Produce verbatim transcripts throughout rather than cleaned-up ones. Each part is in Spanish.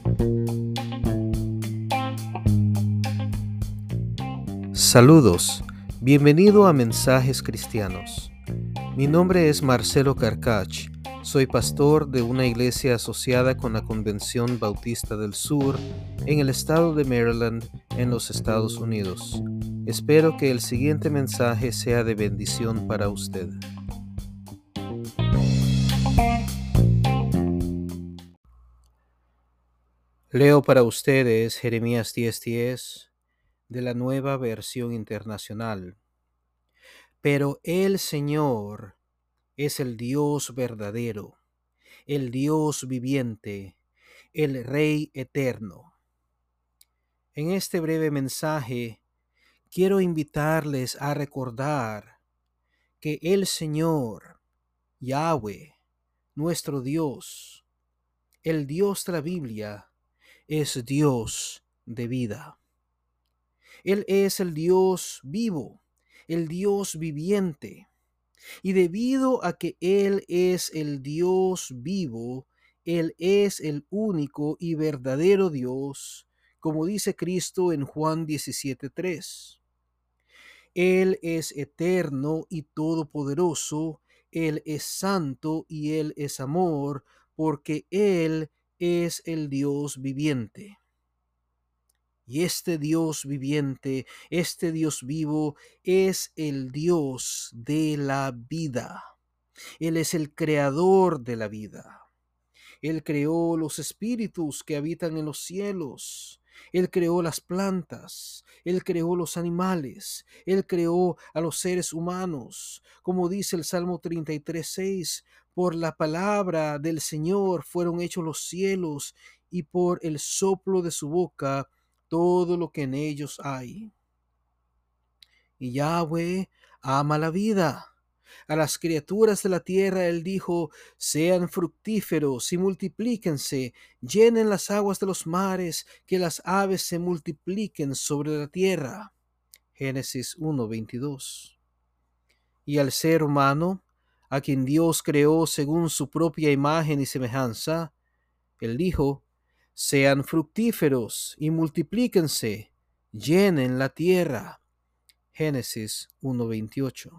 Saludos, bienvenido a Mensajes Cristianos. Mi nombre es Marcelo Carcach, soy pastor de una iglesia asociada con la Convención Bautista del Sur en el estado de Maryland, en los Estados Unidos. Espero que el siguiente mensaje sea de bendición para usted. Leo para ustedes Jeremías diez diez de la Nueva Versión Internacional. Pero el Señor es el Dios verdadero, el Dios viviente, el Rey eterno. En este breve mensaje quiero invitarles a recordar que el Señor, Yahweh, nuestro Dios, el Dios de la Biblia, es Dios de vida. Él es el Dios vivo, el Dios viviente. Y debido a que Él es el Dios vivo, Él es el único y verdadero Dios, como dice Cristo en Juan diecisiete tres. Él es eterno y todopoderoso, Él es santo y Él es amor, porque Él es el Dios viviente. Y este Dios viviente, este Dios vivo, es el Dios de la vida. Él es el creador de la vida. Él creó los espíritus que habitan en los cielos. Él creó las plantas. Él creó los animales. Él creó a los seres humanos. Como dice el Salmo treinta y tres seis, por la palabra del Señor fueron hechos los cielos, y por el soplo de su boca todo lo que en ellos hay. Y Yahweh ama la vida. A las criaturas de la tierra Él dijo: sean fructíferos y multiplíquense, llenen las aguas de los mares, que las aves se multipliquen sobre la tierra. Génesis uno veintidós. Y al ser humano, a quien Dios creó según su propia imagen y semejanza, Él dijo: sean fructíferos y multiplíquense, llenen la tierra. Génesis uno veintiocho.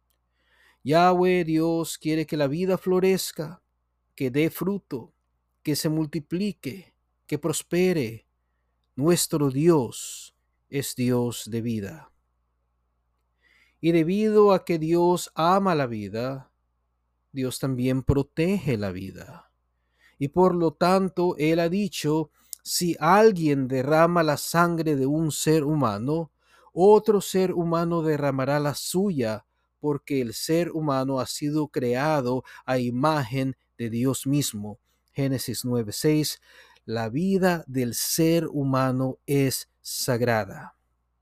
Yahweh Dios quiere que la vida florezca, que dé fruto, que se multiplique, que prospere. Nuestro Dios es Dios de vida. Y debido a que Dios ama la vida, Dios también protege la vida. Y por lo tanto, Él ha dicho: si alguien derrama la sangre de un ser humano, otro ser humano derramará la suya, porque el ser humano ha sido creado a imagen de Dios mismo. Génesis nueve seis. La vida del ser humano es sagrada.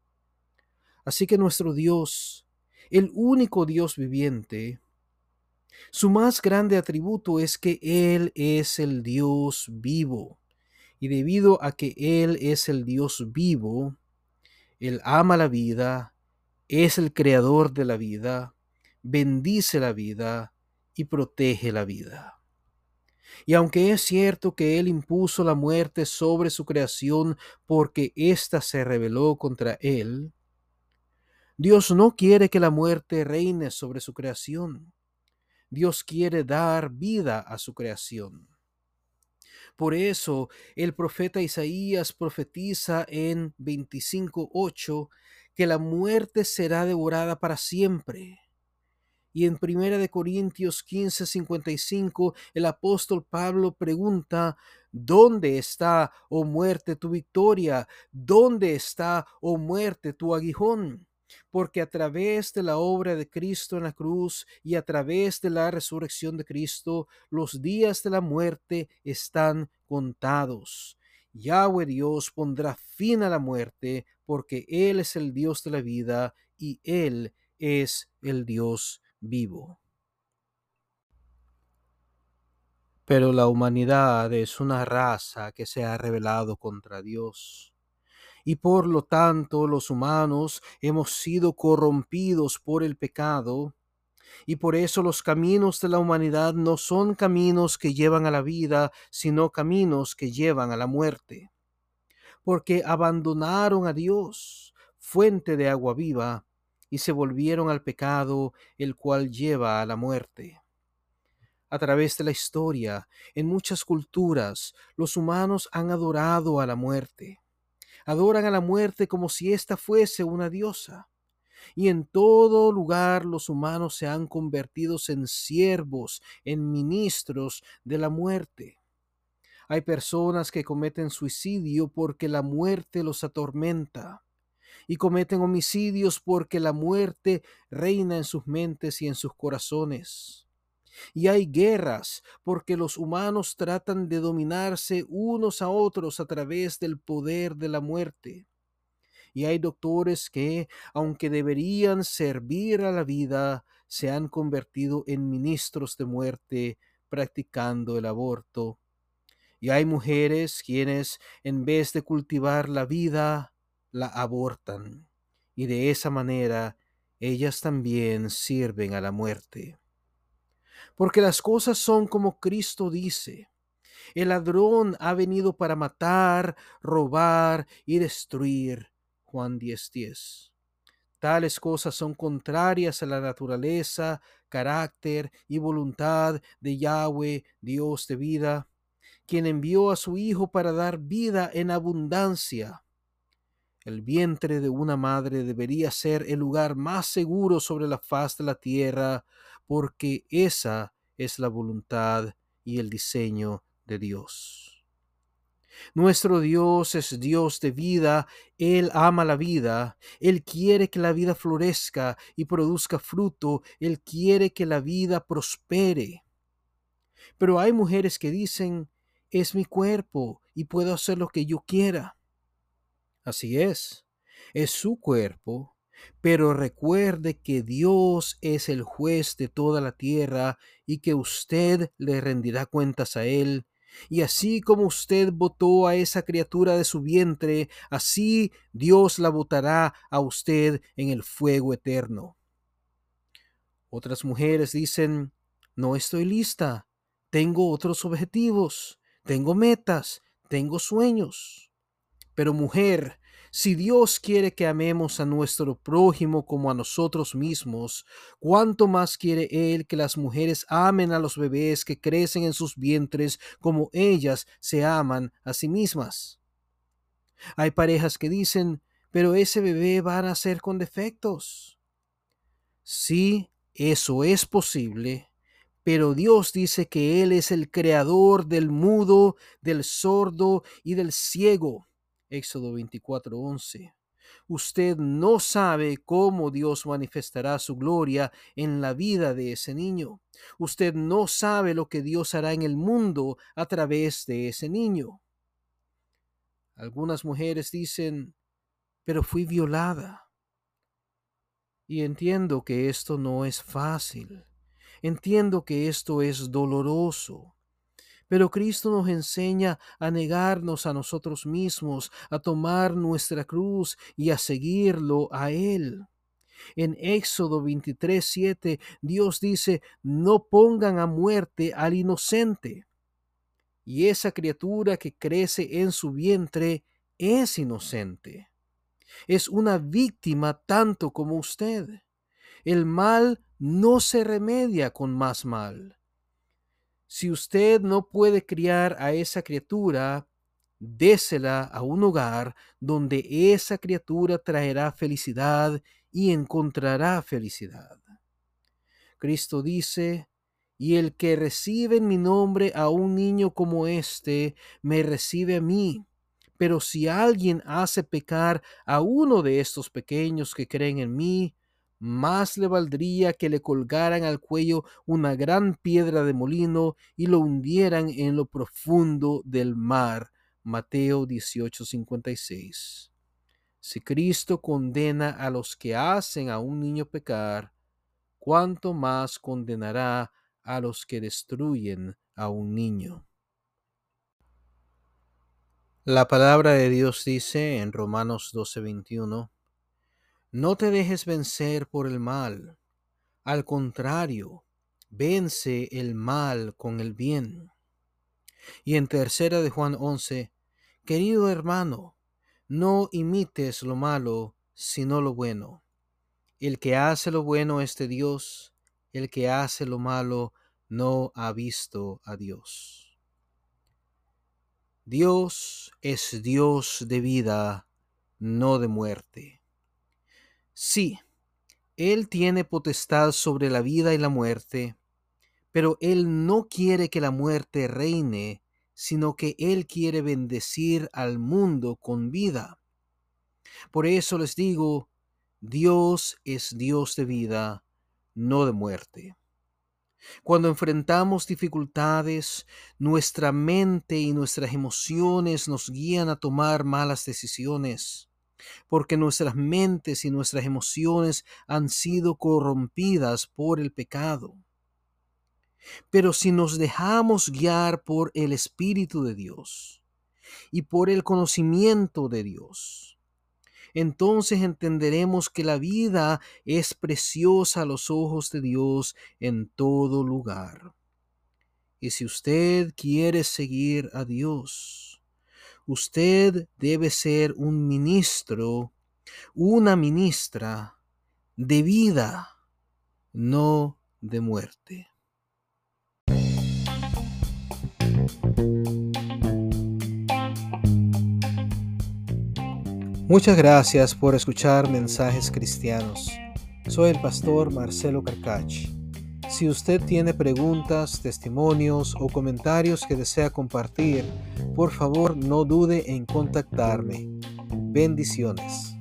Así que nuestro Dios, el único Dios viviente, su más grande atributo es que Él es el Dios vivo. Y debido a que Él es el Dios vivo, Él ama la vida, es el creador de la vida, bendice la vida y protege la vida. Y aunque es cierto que Él impuso la muerte sobre su creación porque ésta se rebeló contra Él, Dios no quiere que la muerte reine sobre su creación. Dios quiere dar vida a su creación. Por eso el profeta Isaías profetiza en veinticinco ocho que la muerte será devorada para siempre. Y en primera de Corintios quince cincuenta y cinco el apóstol Pablo pregunta: ¿dónde está, oh muerte, tu victoria? ¿Dónde está, oh muerte, tu aguijón? Porque a través de la obra de Cristo en la cruz y a través de la resurrección de Cristo, los días de la muerte están contados. Yahweh Dios pondrá fin a la muerte, porque Él es el Dios de la vida y Él es el Dios vivo. Pero la humanidad es una raza que se ha rebelado contra Dios. Y por lo tanto los humanos hemos sido corrompidos por el pecado, Y por eso los caminos de la humanidad no son caminos que llevan a la vida, sino caminos que llevan a la muerte. Porque abandonaron a Dios, fuente de agua viva, y se volvieron al pecado, el cual lleva a la muerte. A través de la historia, en muchas culturas, los humanos han adorado a la muerte. Adoran a la muerte como si ésta fuese una diosa. Y en todo lugar los humanos se han convertido en siervos, en ministros de la muerte. Hay personas que cometen suicidio porque la muerte los atormenta, y cometen homicidios porque la muerte reina en sus mentes y en sus corazones. Y hay guerras porque los humanos tratan de dominarse unos a otros a través del poder de la muerte. Y hay doctores que, aunque deberían servir a la vida, se han convertido en ministros de muerte practicando el aborto. Y hay mujeres quienes, en vez de cultivar la vida, la abortan. Y de esa manera, ellas también sirven a la muerte. Porque las cosas son como Cristo dice. El ladrón ha venido para matar, robar y destruir. Juan diez diez. Tales cosas son contrarias a la naturaleza, carácter y voluntad de Yahweh, Dios de vida, quien envió a su Hijo para dar vida en abundancia. El vientre de una madre debería ser el lugar más seguro sobre la faz de la tierra, porque esa es la voluntad y el diseño de Dios. Nuestro Dios es Dios de vida, Él ama la vida, Él quiere que la vida florezca y produzca fruto, Él quiere que la vida prospere. Pero hay mujeres que dicen, es mi cuerpo y puedo hacer lo que yo quiera. Así es, es su cuerpo, pero recuerde que Dios es el juez de toda la tierra y que usted le rendirá cuentas a Él. Y así como usted botó a esa criatura de su vientre, así Dios la botará a usted en el fuego eterno. Otras mujeres dicen, no estoy lista, tengo otros objetivos, tengo metas, tengo sueños. Pero mujer, si Dios quiere que amemos a nuestro prójimo como a nosotros mismos, ¿cuánto más quiere Él que las mujeres amen a los bebés que crecen en sus vientres como ellas se aman a sí mismas? Hay parejas que dicen, pero ese bebé va a nacer con defectos. Sí, eso es posible, pero Dios dice que Él es el creador del mudo, del sordo y del ciego. Éxodo veinticuatro once. Usted no sabe cómo Dios manifestará su gloria en la vida de ese niño. Usted no sabe lo que Dios hará en el mundo a través de ese niño. Algunas mujeres dicen, pero fui violada. Y entiendo que esto no es fácil. Entiendo que esto es doloroso. Pero Cristo nos enseña a negarnos a nosotros mismos, a tomar nuestra cruz y a seguirlo a Él. En Éxodo veintitrés siete, Dios dice, no pongan a muerte al inocente. Y esa criatura que crece en su vientre es inocente. Es una víctima tanto como usted. El mal no se remedia con más mal. Si usted no puede criar a esa criatura, désela a un hogar donde esa criatura traerá felicidad y encontrará felicidad. Cristo dice, y el que recibe en mi nombre a un niño como este, me recibe a mí. Pero si alguien hace pecar a uno de estos pequeños que creen en mí, más le valdría que le colgaran al cuello una gran piedra de molino y lo hundieran en lo profundo del mar. Mateo dieciocho cincuenta y seis. Si Cristo condena a los que hacen a un niño pecar, ¿cuánto más condenará a los que destruyen a un niño? La palabra de Dios dice en Romanos doce veintiuno, no te dejes vencer por el mal, Al contrario, vence el mal con el bien. Y en tercera de Juan once, querido hermano, no imites lo malo, sino lo bueno. El que hace lo bueno es de Dios, el que hace lo malo no ha visto a Dios. Dios es Dios de vida, no de muerte. Sí, Él tiene potestad sobre la vida y la muerte, pero Él no quiere que la muerte reine, sino que Él quiere bendecir al mundo con vida. Por eso les digo, Dios es Dios de vida, no de muerte. Cuando enfrentamos dificultades, nuestra mente y nuestras emociones nos guían a tomar malas decisiones, porque nuestras mentes y nuestras emociones han sido corrompidas por el pecado. Pero si nos dejamos guiar por el Espíritu de Dios y por el conocimiento de Dios, entonces entenderemos que la vida es preciosa a los ojos de Dios en todo lugar. Y si usted quiere seguir a Dios, usted debe ser un ministro, una ministra de vida, no de muerte. Muchas gracias por escuchar Mensajes Cristianos. Soy el pastor Marcelo Carcach. Si usted tiene preguntas, testimonios o comentarios que desea compartir, por favor no dude en contactarme. Bendiciones.